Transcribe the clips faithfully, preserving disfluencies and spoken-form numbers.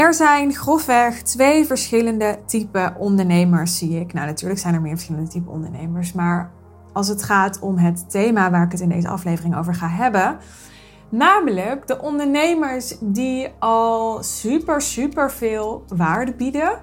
Er zijn grofweg twee verschillende typen ondernemers, zie ik. Nou, natuurlijk zijn er meer verschillende typen ondernemers. Maar als het gaat om het thema waar ik het in deze aflevering over ga hebben. Namelijk de ondernemers die al super, super veel waarde bieden.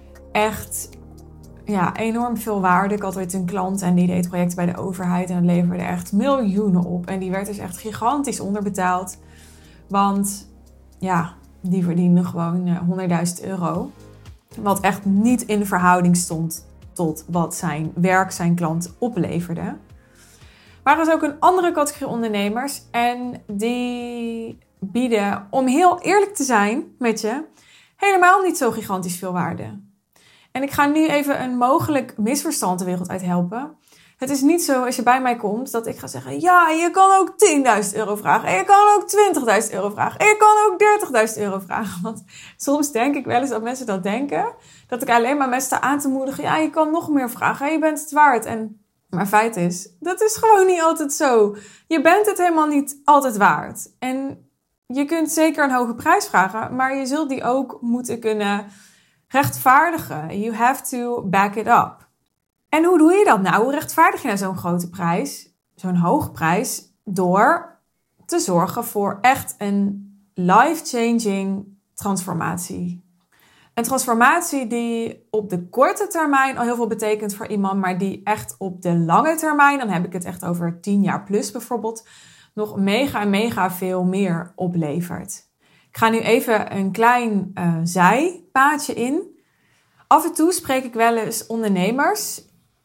Echt, ja, enorm veel waarde. Ik had ooit een klant en die deed projecten bij de overheid. En dat leverde echt miljoenen op. En die werd dus echt gigantisch onderbetaald. Want, ja... die verdiende gewoon honderdduizend euro. Wat echt niet in verhouding stond tot wat zijn werk zijn klant opleverde. Maar er is ook een andere categorie ondernemers. En die bieden, om heel eerlijk te zijn met je, helemaal niet zo gigantisch veel waarde. En ik ga nu even een mogelijk misverstand de wereld uit helpen. Het is niet zo als je bij mij komt dat ik ga zeggen... ja, je kan ook tienduizend euro vragen. En je kan ook twintigduizend euro vragen. En je kan ook dertigduizend euro vragen. Want soms denk ik wel eens dat mensen dat denken. Dat ik alleen maar mensen sta aan te moedigen. Ja, je kan nog meer vragen. Je bent het waard. En, maar feit is, dat is gewoon niet altijd zo. Je bent het helemaal niet altijd waard. En je kunt zeker een hoge prijs vragen. Maar je zult die ook moeten kunnen rechtvaardigen. You have to back it up. En hoe doe je dat nou? Hoe rechtvaardig je nou zo'n grote prijs, zo'n hoge prijs? Door te zorgen voor echt een life-changing transformatie. Een transformatie die op de korte termijn al heel veel betekent voor iemand, maar die echt op de lange termijn, dan heb ik het echt over tien jaar plus bijvoorbeeld, nog mega en mega veel meer oplevert. Ik ga nu even een klein uh, zijpaadje in. Af en toe spreek ik wel eens ondernemers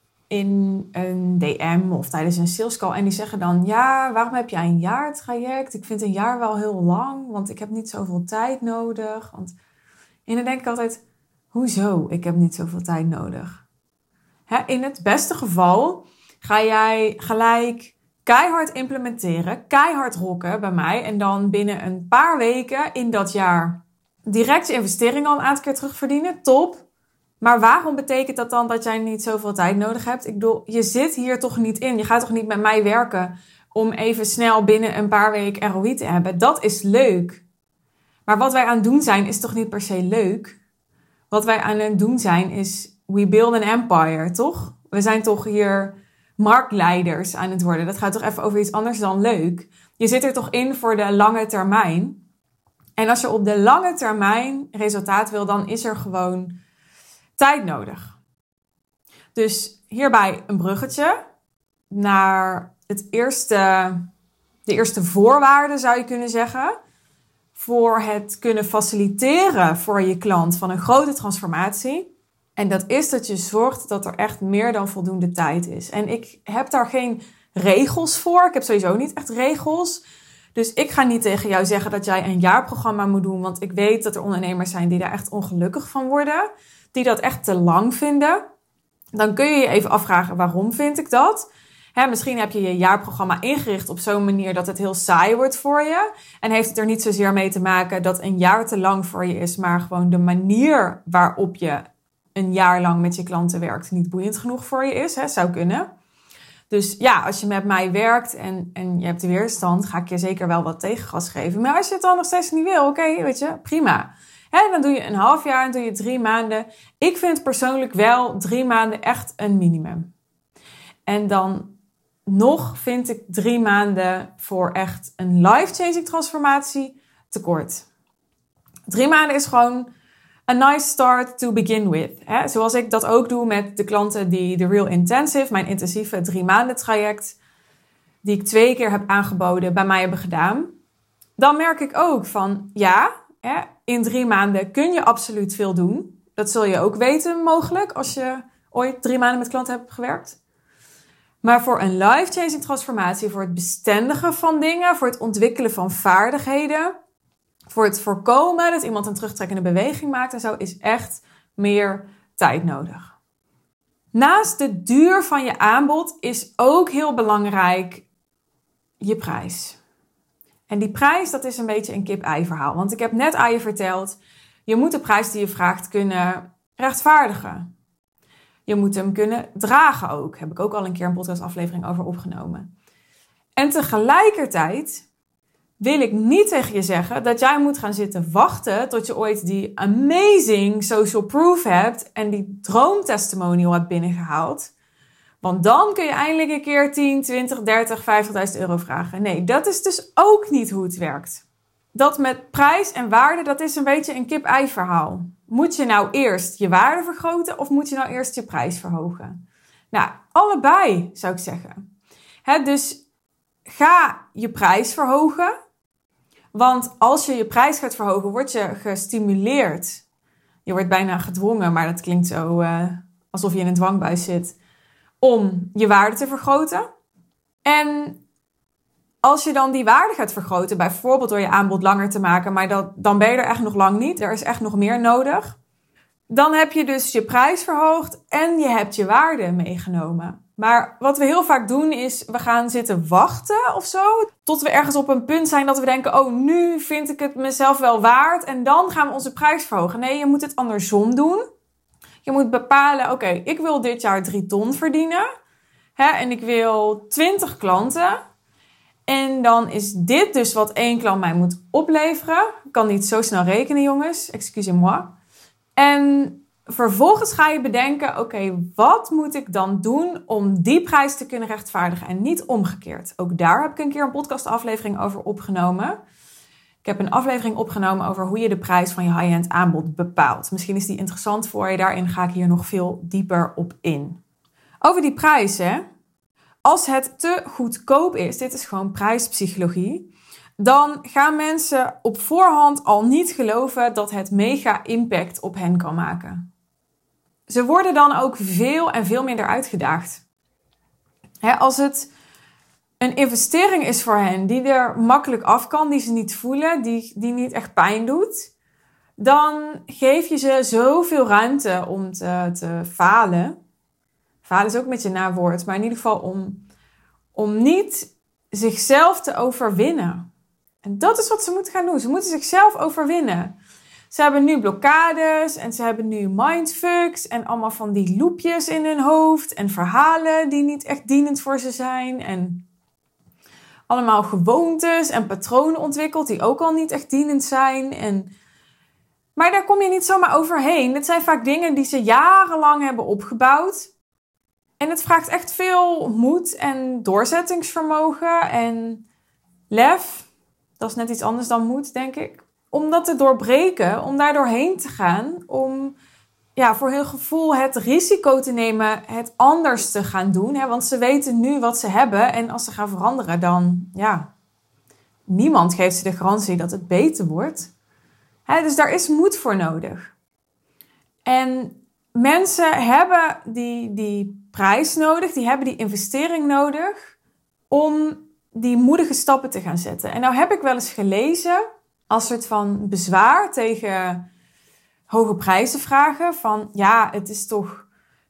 in een D M of tijdens een sales call. En die zeggen dan, ja, waarom heb jij een jaartraject? Ik vind een jaar wel heel lang, want ik heb niet zoveel tijd nodig. Want... En dan denk ik altijd, hoezo? Ik heb niet zoveel tijd nodig. Hè, in het beste geval ga jij gelijk keihard implementeren, keihard rocken bij mij. En dan binnen een paar weken in dat jaar direct je investering al een aantal keer terugverdienen. Top. Maar waarom betekent dat dan dat jij niet zoveel tijd nodig hebt? Ik bedoel, je zit hier toch niet in. Je gaat toch niet met mij werken om even snel binnen een paar weken R O I te hebben? Dat is leuk. Maar wat wij aan het doen zijn, is toch niet per se leuk? Wat wij aan het doen zijn, is we build an empire, toch? We zijn toch hier marktleiders aan het worden. Dat gaat toch even over iets anders dan leuk? Je zit er toch in voor de lange termijn? En als je op de lange termijn resultaat wil, dan is er gewoon tijd nodig. Dus hierbij een bruggetje naar het eerste, de eerste voorwaarde zou je kunnen zeggen. Voor het kunnen faciliteren voor je klant van een grote transformatie. En dat is dat je zorgt dat er echt meer dan voldoende tijd is. En ik heb daar geen regels voor. Ik heb sowieso niet echt regels. Dus ik ga niet tegen jou zeggen dat jij een jaarprogramma moet doen. Want ik weet dat er ondernemers zijn die daar echt ongelukkig van worden. Die dat echt te lang vinden. Dan kun je je even afvragen, waarom vind ik dat? Hè, misschien heb je je jaarprogramma ingericht op zo'n manier dat het heel saai wordt voor je. En heeft het er niet zozeer mee te maken dat een jaar te lang voor je is. Maar gewoon de manier waarop je een jaar lang met je klanten werkt niet boeiend genoeg voor je is. Hè, zou kunnen. Dus ja, als je met mij werkt en, en je hebt de weerstand, ga ik je zeker wel wat tegengas geven. Maar als je het dan nog steeds niet wil, oké, okay, weet je, prima. Hè, dan doe je een half jaar en doe je drie maanden. Ik vind persoonlijk wel drie maanden echt een minimum. En dan nog vind ik drie maanden voor echt een life-changing transformatie te kort. Drie maanden is gewoon a nice start to begin with. Hè? Zoals ik dat ook doe met de klanten die de Real Intensive, mijn intensieve drie maanden traject, die ik twee keer heb aangeboden, bij mij hebben gedaan. Dan merk ik ook van, ja, hè, in drie maanden kun je absoluut veel doen. Dat zul je ook weten mogelijk als je ooit drie maanden met klanten hebt gewerkt. Maar voor een life-changing transformatie, voor het bestendigen van dingen, voor het ontwikkelen van vaardigheden, voor het voorkomen dat iemand een terugtrekkende beweging maakt en zo, is echt meer tijd nodig. Naast de duur van je aanbod is ook heel belangrijk je prijs. En die prijs, dat is een beetje een kip-ei verhaal. Want ik heb net aan je verteld, je moet de prijs die je vraagt kunnen rechtvaardigen. Je moet hem kunnen dragen ook. Heb ik ook al een keer een podcastaflevering over opgenomen. En tegelijkertijd wil ik niet tegen je zeggen dat jij moet gaan zitten wachten tot je ooit die amazing social proof hebt en die droomtestimonial hebt binnengehaald. Want dan kun je eindelijk een keer tien, twintig, dertig, vijftigduizend euro vragen. Nee, dat is dus ook niet hoe het werkt. Dat met prijs en waarde, dat is een beetje een kip-ei verhaal. Moet je nou eerst je waarde vergroten of moet je nou eerst je prijs verhogen? Nou, allebei zou ik zeggen. Hè, dus ga je prijs verhogen. Want als je je prijs gaat verhogen, word je gestimuleerd. Je wordt bijna gedwongen, maar dat klinkt zo uh, alsof je in een dwangbuis zit. Om je waarde te vergroten. En als je dan die waarde gaat vergroten, bijvoorbeeld door je aanbod langer te maken, maar dat, dan ben je er echt nog lang niet. Er is echt nog meer nodig. Dan heb je dus je prijs verhoogd en je hebt je waarde meegenomen. Maar wat we heel vaak doen is, we gaan zitten wachten of zo. Tot we ergens op een punt zijn dat we denken, oh, nu vind ik het mezelf wel waard. En dan gaan we onze prijs verhogen. Nee, je moet het andersom doen. Je moet bepalen, oké, okay, ik wil dit jaar drie ton verdienen. Hè, en ik wil twintig klanten. En dan is dit dus wat één klant mij moet opleveren. Ik kan niet zo snel rekenen, jongens. Excusez-moi. En vervolgens ga je bedenken, oké, okay, wat moet ik dan doen om die prijs te kunnen rechtvaardigen en niet omgekeerd? Ook daar heb ik een keer een podcastaflevering over opgenomen. Ik heb een aflevering opgenomen over hoe je de prijs van je high-end aanbod bepaalt. Misschien is die interessant voor je. Daarin ga ik hier nog veel dieper op in. Over die prijs, hè. Als het te goedkoop is, dit is gewoon prijspsychologie, dan gaan mensen op voorhand al niet geloven dat het mega impact op hen kan maken. Ze worden dan ook veel en veel minder uitgedaagd. Hè, als het een investering is voor hen die er makkelijk af kan, die ze niet voelen, die, die niet echt pijn doet, dan geef je ze zoveel ruimte om te, te falen. Falen is ook met je nawoord, maar in ieder geval om, om niet zichzelf te overwinnen. En dat is wat ze moeten gaan doen. Ze moeten zichzelf overwinnen. Ze hebben nu blokkades en ze hebben nu mindfucks en allemaal van die loopjes in hun hoofd en verhalen die niet echt dienend voor ze zijn en allemaal gewoontes en patronen ontwikkeld die ook al niet echt dienend zijn. En maar daar kom je niet zomaar overheen. Het zijn vaak dingen die ze jarenlang hebben opgebouwd. En het vraagt echt veel moed en doorzettingsvermogen en lef. Dat is net iets anders dan moed, denk ik. Om dat te doorbreken, om daar doorheen te gaan. Om ja, voor hun gevoel het risico te nemen het anders te gaan doen. Hè? Want ze weten nu wat ze hebben. En als ze gaan veranderen, dan ja, niemand geeft ze de garantie dat het beter wordt. Hè? Dus daar is moed voor nodig. En mensen hebben die, die prijs nodig, die hebben die investering nodig om die moedige stappen te gaan zetten. En nou heb ik wel eens gelezen als soort van bezwaar tegen hoge prijzen vragen van ja, het is toch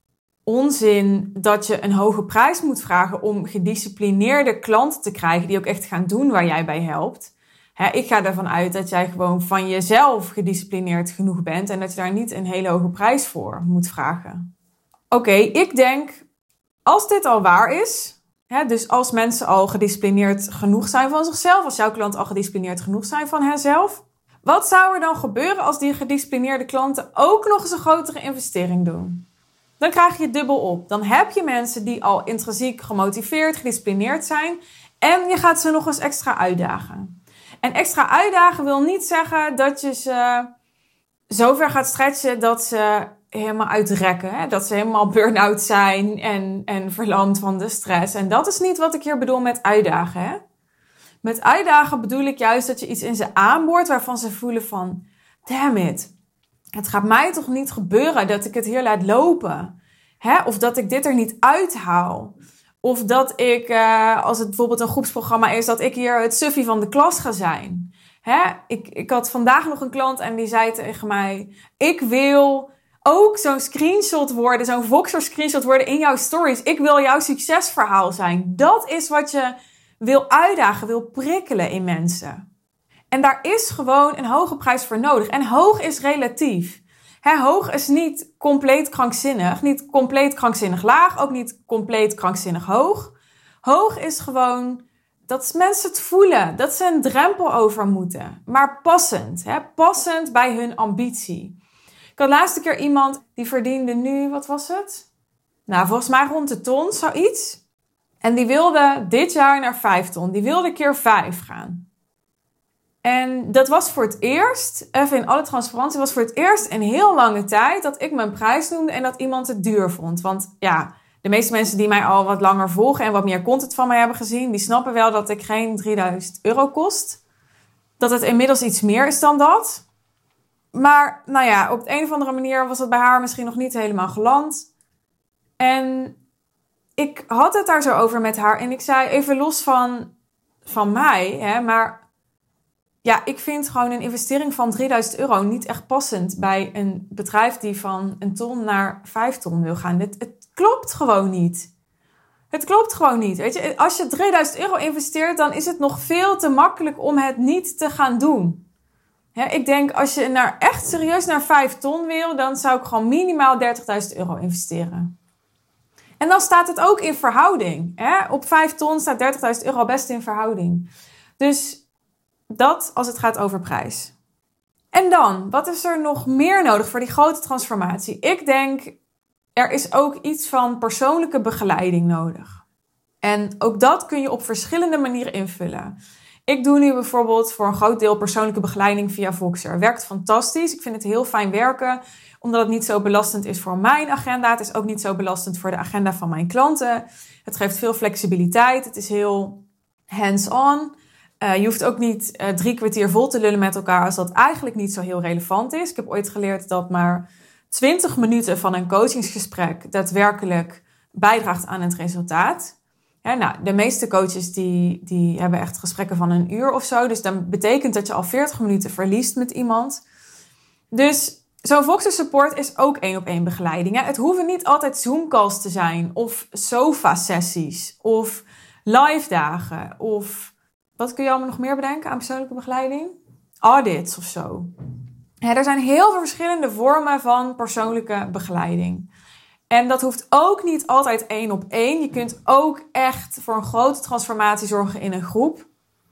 onzin dat je een hoge prijs moet vragen om gedisciplineerde klanten te krijgen die ook echt gaan doen waar jij bij helpt. Hè, ik ga ervan uit dat jij gewoon van jezelf gedisciplineerd genoeg bent en dat je daar niet een hele hoge prijs voor moet vragen. Oké, okay, ik denk, als dit al waar is, hè, dus als mensen al gedisciplineerd genoeg zijn van zichzelf, als jouw klanten al gedisciplineerd genoeg zijn van henzelf, wat zou er dan gebeuren als die gedisciplineerde klanten ook nog eens een grotere investering doen? Dan krijg je het dubbel op. Dan heb je mensen die al intrinsiek gemotiveerd, gedisciplineerd zijn en je gaat ze nog eens extra uitdagen. En extra uitdagen wil niet zeggen dat je ze zover gaat stretchen dat ze helemaal uitrekken. Hè? Dat ze helemaal burn-out zijn en, en verlamd van de stress. En dat is niet wat ik hier bedoel met uitdagen. Hè? Met uitdagen bedoel ik juist dat je iets in ze aanboort waarvan ze voelen van, damn it, het gaat mij toch niet gebeuren dat ik het hier laat lopen. Hè? Of dat ik dit er niet uithaal. Of dat ik, uh, als het bijvoorbeeld een groepsprogramma is, dat ik hier het suffie van de klas ga zijn. Hè? Ik, ik had vandaag nog een klant en die zei tegen mij, ik wil ook zo'n screenshot worden, zo'n Voxer screenshot worden in jouw stories. Ik wil jouw succesverhaal zijn. Dat is wat je wil uitdagen, wil prikkelen in mensen. En daar is gewoon een hoge prijs voor nodig. En hoog is relatief. He, hoog is niet compleet krankzinnig, niet compleet krankzinnig laag, ook niet compleet krankzinnig hoog. Hoog is gewoon dat mensen het voelen. Dat ze een drempel over moeten. Maar passend. Hè? Passend bij hun ambitie. Ik had laatste keer iemand die verdiende nu, wat was het? Nou, volgens mij rond de ton, zoiets. En die wilde dit jaar naar vijf ton. Die wilde keer vijf gaan. En dat was voor het eerst, even in alle transparantie, was voor het eerst in heel lange tijd dat ik mijn prijs noemde en dat iemand het duur vond. Want ja, de meeste mensen die mij al wat langer volgen en wat meer content van mij hebben gezien, die snappen wel dat ik geen drieduizend euro kost. Dat het inmiddels iets meer is dan dat. Maar nou ja, op de een of andere manier was het bij haar misschien nog niet helemaal geland. En ik had het daar zo over met haar en ik zei even los van, van mij, hè, maar ja, ik vind gewoon een investering van drieduizend euro niet echt passend bij een bedrijf die van een ton naar vijf ton wil gaan. Het, het klopt gewoon niet. Het klopt gewoon niet. Weet je, als je drieduizend euro investeert, dan is het nog veel te makkelijk om het niet te gaan doen. Hè, ik denk, als je naar, echt serieus naar vijf ton wil, dan zou ik gewoon minimaal dertigduizend euro investeren. En dan staat het ook in verhouding. Hè? Op vijf ton staat dertigduizend euro best in verhouding. Dus dat als het gaat over prijs. En dan, wat is er nog meer nodig voor die grote transformatie? Ik denk, er is ook iets van persoonlijke begeleiding nodig. En ook dat kun je op verschillende manieren invullen. Ik doe nu bijvoorbeeld voor een groot deel persoonlijke begeleiding via Voxer. Werkt fantastisch. Ik vind het heel fijn werken, omdat het niet zo belastend is voor mijn agenda. Het is ook niet zo belastend voor de agenda van mijn klanten. Het geeft veel flexibiliteit. Het is heel hands-on. Uh, je hoeft ook niet uh, drie kwartier vol te lullen met elkaar als dat eigenlijk niet zo heel relevant is. Ik heb ooit geleerd dat maar twintig minuten van een coachingsgesprek daadwerkelijk bijdraagt aan het resultaat. Ja, nou, de meeste coaches die, die hebben echt gesprekken van een uur of zo. Dus dat betekent dat je al veertig minuten verliest met iemand. Dus zo'n Voxer support is ook één op één begeleiding. Hè? Het hoeven niet altijd Zoom-calls te zijn of sofa-sessies of live dagen of wat kun je allemaal nog meer bedenken aan persoonlijke begeleiding? Audits of zo. Ja, er zijn heel veel verschillende vormen van persoonlijke begeleiding. En dat hoeft ook niet altijd één op één. Je kunt ook echt voor een grote transformatie zorgen in een groep.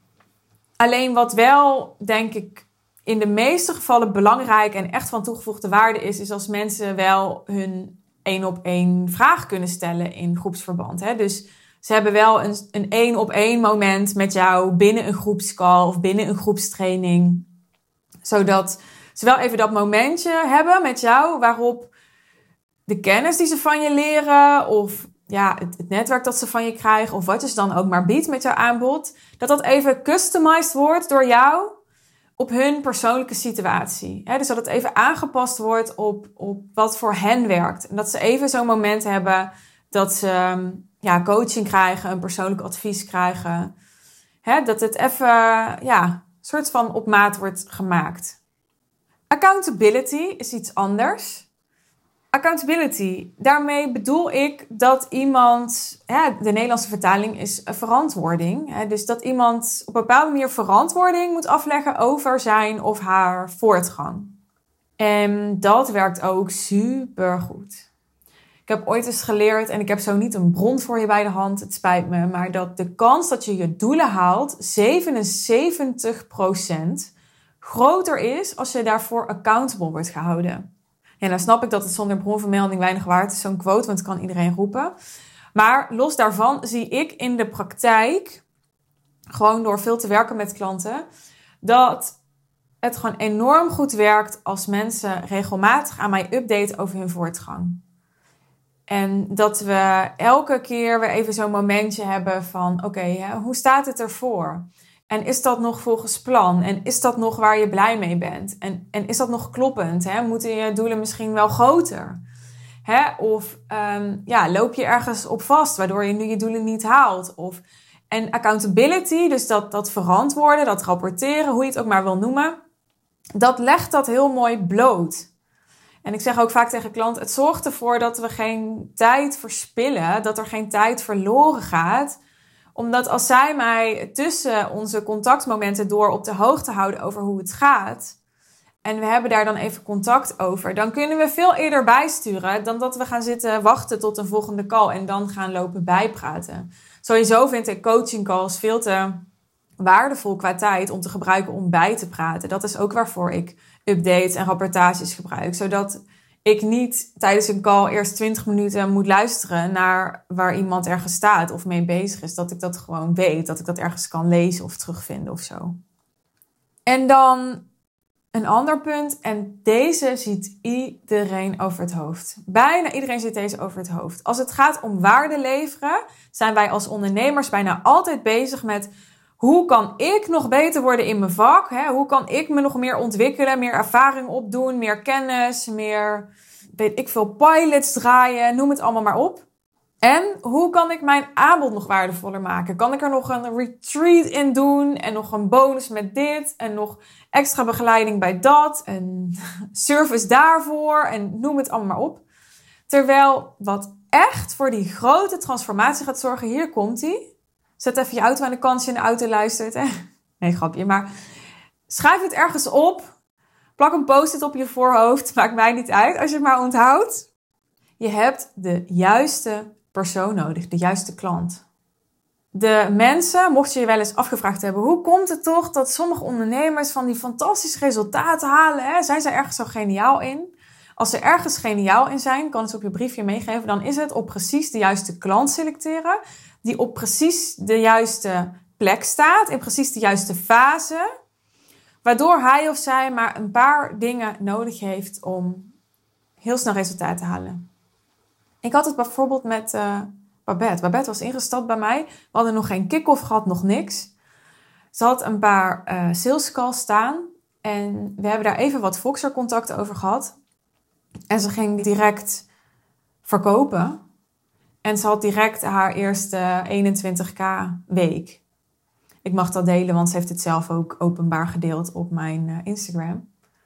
Alleen wat wel, denk ik, in de meeste gevallen belangrijk en echt van toegevoegde waarde is, is als mensen wel hun één op één vraag kunnen stellen in groepsverband. Hè? Dus ze hebben wel een, een één op één moment met jou binnen een groepscall of binnen een groepstraining. Zodat ze wel even dat momentje hebben met jou waarop de kennis die ze van je leren of ja, het, het netwerk dat ze van je krijgen of wat je ze dan ook maar biedt met jouw aanbod, dat dat even customized wordt door jou op hun persoonlijke situatie. He, dus dat het even aangepast wordt op, op wat voor hen werkt. En dat ze even zo'n moment hebben dat ze ja, coaching krijgen, een persoonlijk advies krijgen. He, dat het even ja, een soort van op maat wordt gemaakt. Accountability is iets anders. Accountability, daarmee bedoel ik dat iemand, ja, de Nederlandse vertaling is verantwoording. Hè, dus dat iemand op een bepaalde manier verantwoording moet afleggen over zijn of haar voortgang. En dat werkt ook supergoed. Ik heb ooit eens geleerd, en ik heb zo niet een bron voor je bij de hand, het spijt me, maar dat de kans dat je je doelen haalt zevenenzeventig procent groter is als je daarvoor accountable wordt gehouden. Ja, dan snap ik dat het zonder bronvermelding weinig waard is, zo'n quote, want het kan iedereen roepen. Maar los daarvan zie ik in de praktijk, gewoon door veel te werken met klanten, dat het gewoon enorm goed werkt als mensen regelmatig aan mij updaten over hun voortgang. En dat we elke keer weer even zo'n momentje hebben van, oké, okay, hoe staat het ervoor? En is dat nog volgens plan? En is dat nog waar je blij mee bent? En, en is dat nog kloppend? Hè? Moeten je doelen misschien wel groter? Hè? Of um, ja, loop je ergens op vast, waardoor je nu je doelen niet haalt? Of, en accountability, dus dat, dat verantwoorden, dat rapporteren, hoe je het ook maar wil noemen, dat legt dat heel mooi bloot. En ik zeg ook vaak tegen klanten, het zorgt ervoor dat we geen tijd verspillen, dat er geen tijd verloren gaat, omdat als zij mij tussen onze contactmomenten door op de hoogte houden over hoe het gaat, en we hebben daar dan even contact over, dan kunnen we veel eerder bijsturen dan dat we gaan zitten wachten tot een volgende call en dan gaan lopen bijpraten. Sowieso vind ik coaching calls veel te waardevol qua tijd om te gebruiken om bij te praten. Dat is ook waarvoor ik updates en rapportages gebruik. Zodat ik niet tijdens een call eerst twintig minuten moet luisteren naar waar iemand ergens staat of mee bezig is. Dat ik dat gewoon weet, dat ik dat ergens kan lezen of terugvinden of zo. En dan een ander punt, en deze ziet iedereen over het hoofd. Bijna iedereen ziet deze over het hoofd. Als het gaat om waarde leveren, zijn wij als ondernemers bijna altijd bezig met: hoe kan ik nog beter worden in mijn vak? Hè? Hoe kan ik me nog meer ontwikkelen, meer ervaring opdoen, meer kennis, meer, weet ik veel, pilots draaien, noem het allemaal maar op. En hoe kan ik mijn aanbod nog waardevoller maken? Kan ik er nog een retreat in doen en nog een bonus met dit en nog extra begeleiding bij dat en service daarvoor en noem het allemaal maar op. Terwijl wat echt voor die grote transformatie gaat zorgen, hier komt ie. Zet even je auto aan de kant als je in de auto luistert. Hè? Nee, grapje, maar schrijf het ergens op. Plak een post-it op je voorhoofd. Maakt mij niet uit als je het maar onthoudt. Je hebt de juiste persoon nodig, de juiste klant. De mensen, mocht je je wel eens afgevraagd hebben, hoe komt het toch dat sommige ondernemers van die fantastische resultaten halen? Hè? Zijn ze ergens zo geniaal in? Als ze ergens geniaal in zijn, kan het op je briefje meegeven, dan is het op precies de juiste klant selecteren, die op precies de juiste plek staat, in precies de juiste fase, waardoor hij of zij maar een paar dingen nodig heeft om heel snel resultaat te halen. Ik had het bijvoorbeeld met uh, Babette. Babette was ingestapt bij mij. We hadden nog geen kick-off gehad, nog niks. Ze had een paar uh, sales calls staan. En we hebben daar even wat Voxer-contacten over gehad. En ze ging direct verkopen. En ze had direct haar eerste eenentwintig k week. Ik mag dat delen, want ze heeft het zelf ook openbaar gedeeld op mijn uh, Instagram.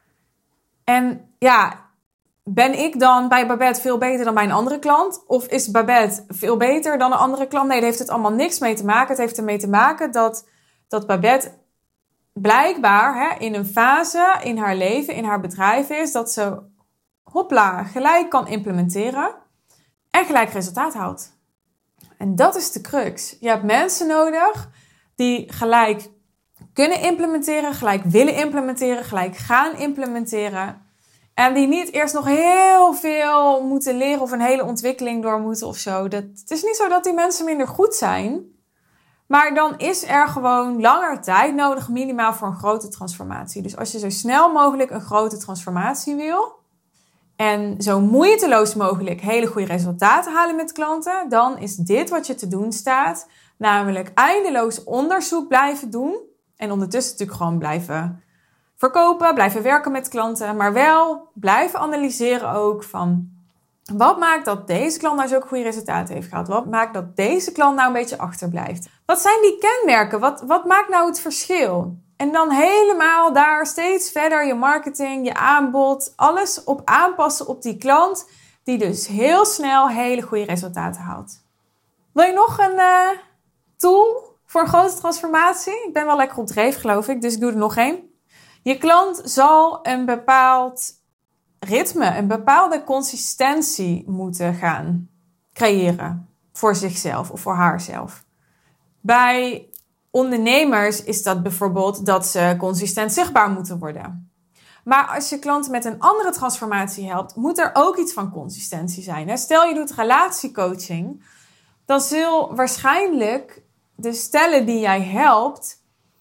En ja, ben ik dan bij Babette veel beter dan bij een andere klant? Of is Babette veel beter dan een andere klant? Nee, daar heeft het allemaal niks mee te maken. Het heeft ermee te maken dat, dat Babette blijkbaar hè, in een fase in haar leven, in haar bedrijf is, dat ze hopla, gelijk kan implementeren en gelijk resultaat houdt. En dat is de crux. Je hebt mensen nodig die gelijk kunnen implementeren, gelijk willen implementeren, gelijk gaan implementeren. En die niet eerst nog heel veel moeten leren of een hele ontwikkeling door moeten of zo. Dat, het is niet zo dat die mensen minder goed zijn. Maar dan is er gewoon langer tijd nodig, minimaal voor een grote transformatie. Dus als je zo snel mogelijk een grote transformatie wil en zo moeiteloos mogelijk hele goede resultaten halen met klanten, dan is dit wat je te doen staat. Namelijk eindeloos onderzoek blijven doen. En ondertussen natuurlijk gewoon blijven verkopen, blijven werken met klanten. Maar wel blijven analyseren ook van wat maakt dat deze klant nou zo'n goede resultaten heeft gehad? Wat maakt dat deze klant nou een beetje achterblijft? Wat zijn die kenmerken? Wat, wat maakt nou het verschil? En dan helemaal daar steeds verder je marketing, je aanbod, alles op aanpassen op die klant die dus heel snel hele goede resultaten haalt. Wil je nog een uh, tool voor een grote transformatie? Ik ben wel lekker op dreef, geloof ik, dus ik doe er nog één. Je klant zal een bepaald ritme, een bepaalde consistentie moeten gaan creëren voor zichzelf of voor haarzelf. Bij ondernemers is dat bijvoorbeeld dat ze consistent zichtbaar moeten worden. Maar als je klanten met een andere transformatie helpt, moet er ook iets van consistentie zijn. Stel je doet relatiecoaching, dan zul waarschijnlijk de stellen die jij helpt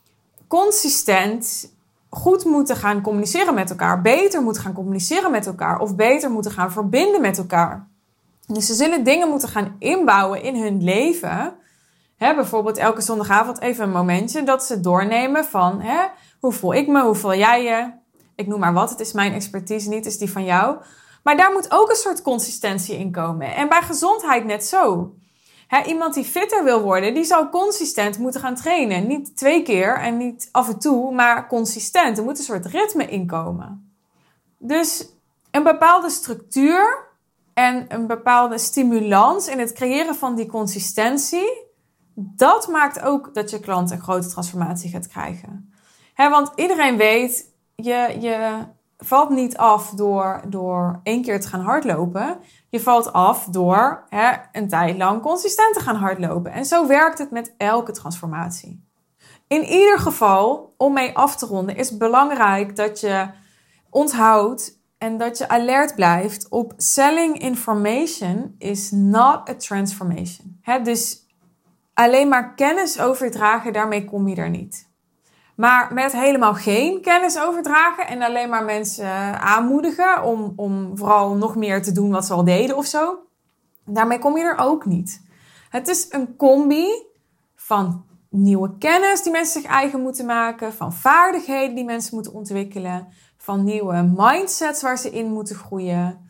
consistent goed moeten gaan communiceren met elkaar, beter moeten gaan communiceren met elkaar of beter moeten gaan verbinden met elkaar. Dus ze zullen dingen moeten gaan inbouwen in hun leven. Hè, bijvoorbeeld elke zondagavond even een momentje dat ze doornemen van hè, hoe voel ik me, hoe voel jij je? Ik noem maar wat, het is mijn expertise, niet is die van jou. Maar daar moet ook een soort consistentie in komen. En bij gezondheid net zo. Hè, iemand die fitter wil worden, die zal consistent moeten gaan trainen. Niet twee keer en niet af en toe, maar consistent. Er moet een soort ritme in komen. Dus een bepaalde structuur en een bepaalde stimulans in het creëren van die consistentie, dat maakt ook dat je klant een grote transformatie gaat krijgen. Hè, want iedereen weet, je, je valt niet af door, door één keer te gaan hardlopen. Je valt af door hè, een tijd lang consistent te gaan hardlopen. En zo werkt het met elke transformatie. In ieder geval, om mee af te ronden, is het belangrijk dat je onthoudt en dat je alert blijft op selling information is not a transformation. Hè, dus alleen maar kennis overdragen, daarmee kom je er niet. Maar met helemaal geen kennis overdragen en alleen maar mensen aanmoedigen om, om vooral nog meer te doen wat ze al deden of zo, daarmee kom je er ook niet. Het is een combi van nieuwe kennis die mensen zich eigen moeten maken, van vaardigheden die mensen moeten ontwikkelen, van nieuwe mindsets waar ze in moeten groeien.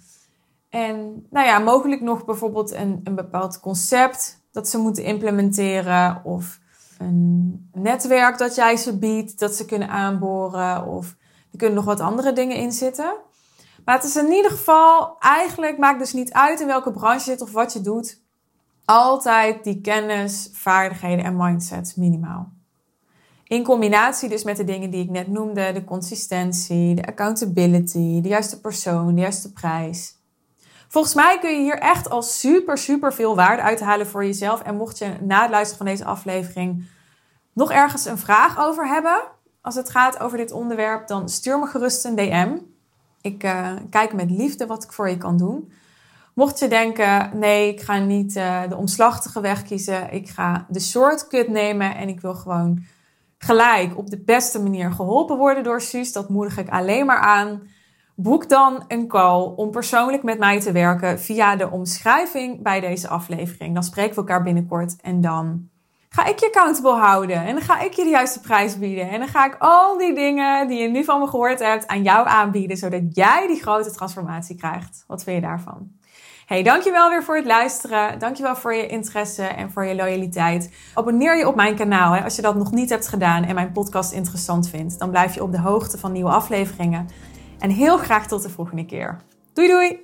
En nou ja, mogelijk nog bijvoorbeeld een, een bepaald concept dat ze moeten implementeren of een netwerk dat jij ze biedt, dat ze kunnen aanboren of er kunnen nog wat andere dingen in zitten. Maar het is in ieder geval, eigenlijk maakt dus niet uit in welke branche je zit of wat je doet, altijd die kennis, vaardigheden en mindsets minimaal. In combinatie dus met de dingen die ik net noemde, de consistentie, de accountability, de juiste persoon, de juiste prijs. Volgens mij kun je hier echt al super, super veel waarde uithalen voor jezelf. En mocht je na het luisteren van deze aflevering nog ergens een vraag over hebben, als het gaat over dit onderwerp, dan stuur me gerust een D M. Ik uh, kijk met liefde wat ik voor je kan doen. Mocht je denken, nee, ik ga niet uh, de omslachtige weg kiezen. Ik ga de shortcut nemen en ik wil gewoon gelijk op de beste manier geholpen worden door Suus. Dat moedig ik alleen maar aan. Boek dan een call om persoonlijk met mij te werken via de omschrijving bij deze aflevering. Dan spreken we elkaar binnenkort en dan ga ik je accountable houden. En dan ga ik je de juiste prijs bieden. En dan ga ik al die dingen die je nu van me gehoord hebt aan jou aanbieden, zodat jij die grote transformatie krijgt. Wat vind je daarvan? Hey, dankjewel weer voor het luisteren. Dankjewel voor je interesse en voor je loyaliteit. Abonneer je op mijn kanaal hè, als je dat nog niet hebt gedaan en mijn podcast interessant vindt. Dan blijf je op de hoogte van nieuwe afleveringen. En heel graag tot de volgende keer. Doei doei!